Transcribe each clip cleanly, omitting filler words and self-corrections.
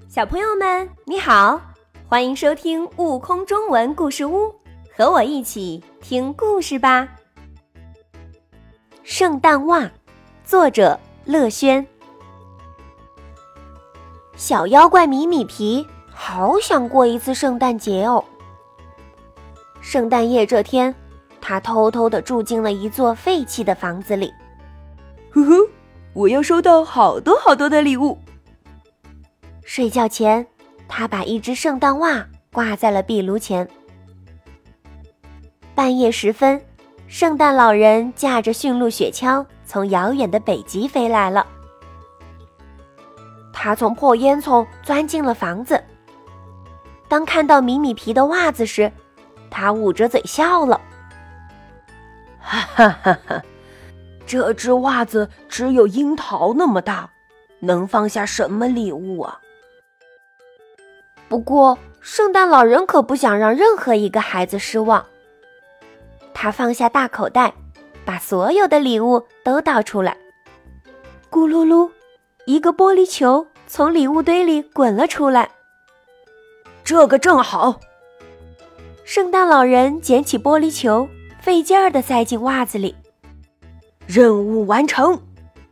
小朋友们，你好，欢迎收听悟空中文故事屋，和我一起听故事吧。圣诞袜，作者乐轩。小妖怪米米皮好想过一次圣诞节哦。圣诞夜这天，他偷偷地住进了一座废弃的房子里。 呵呵，我要收到好多好多的礼物。 睡觉前，他把一只圣诞袜挂在了壁炉前。半夜时分，圣诞老人驾着驯鹿雪橇从遥远的北极飞来了。他从破烟囱钻进了房子。当看到米米皮的袜子时，他捂着嘴笑了。 哈哈哈哈，这只袜子只有樱桃那么大，能放下什么礼物啊？ 不过，圣诞老人可不想让任何一个孩子失望。他放下大口袋，把所有的礼物都倒出来。咕噜噜，一个玻璃球从礼物堆里滚了出来。 这个正好。 圣诞老人捡起玻璃球，费劲儿地塞进袜子里。 任务完成。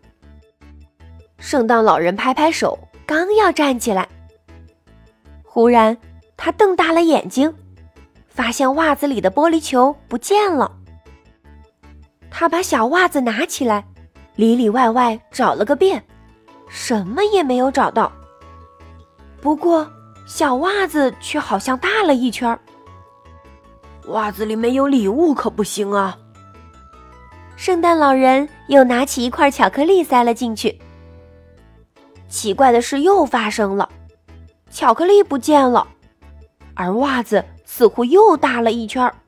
圣诞老人拍拍手，刚要站起来，忽然他瞪大了眼睛，发现袜子里的玻璃球不见了。他把小袜子拿起来，里里外外找了个遍，什么也没有找到。不过小袜子却好像大了一圈。 袜子里没有礼物可不行啊。 圣诞老人又拿起一块巧克力塞了进去。奇怪的事又发生了，巧克力不见了，而袜子似乎又大了一圈。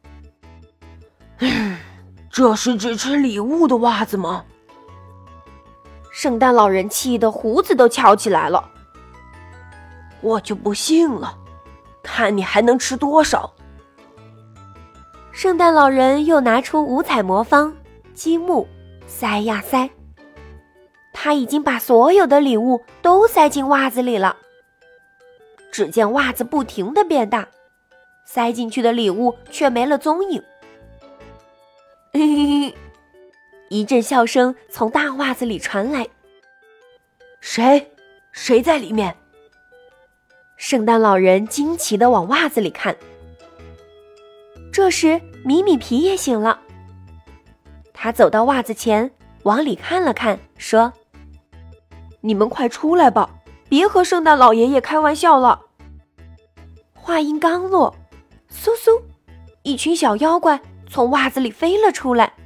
这是只吃礼物的袜子吗？ 圣诞老人气得胡子都翘起来了。 我就不信了，看你还能吃多少。 圣诞老人又拿出五彩魔方，积木，塞呀塞。他已经把所有的礼物都塞进袜子里了。只见袜子不停地变大，塞进去的礼物却没了踪影。一阵笑声从大袜子里传来。 谁在里面？ 圣诞老人惊奇地往袜子里看。这时米米皮也醒了，他走到袜子前，往里看了看，说： 你们快出来吧，别和圣诞老爷爷开玩笑了。 话音刚落，嗖嗖，一群小妖怪从袜子里飞了出来。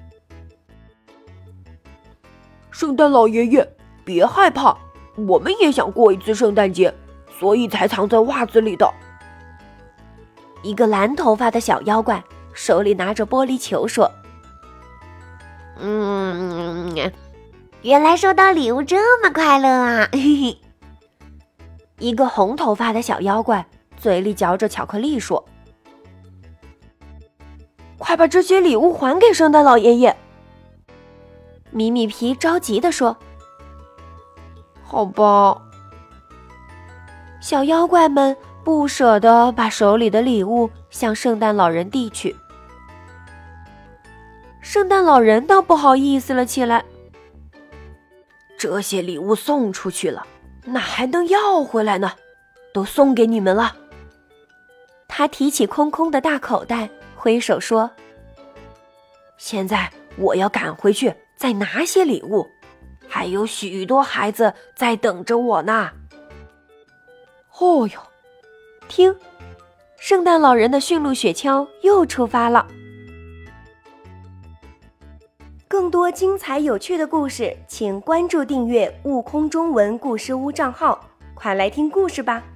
圣诞老爷爷，别害怕，我们也想过一次圣诞节，所以才藏在袜子里的。 一个蓝头发的小妖怪手里拿着玻璃球说：原来收到礼物这么快乐啊！一个红头发的小妖怪嘴里嚼着巧克力说： 快把这些礼物还给圣诞老爷爷。 米米皮着急地说： 好吧。 小妖怪们不舍得把手里的礼物向圣诞老人递去。圣诞老人倒不好意思了起来。 这些礼物送出去了，哪还能要回来呢？都送给你们了。 他提起空空的大口袋，挥手说： 现在我要赶回去再拿些礼物，还有许多孩子在等着我呢。 哦哟，听，圣诞老人的驯鹿雪橇又出发了。更多精彩有趣的故事，请关注订阅悟空中文故事屋账号，快来听故事吧。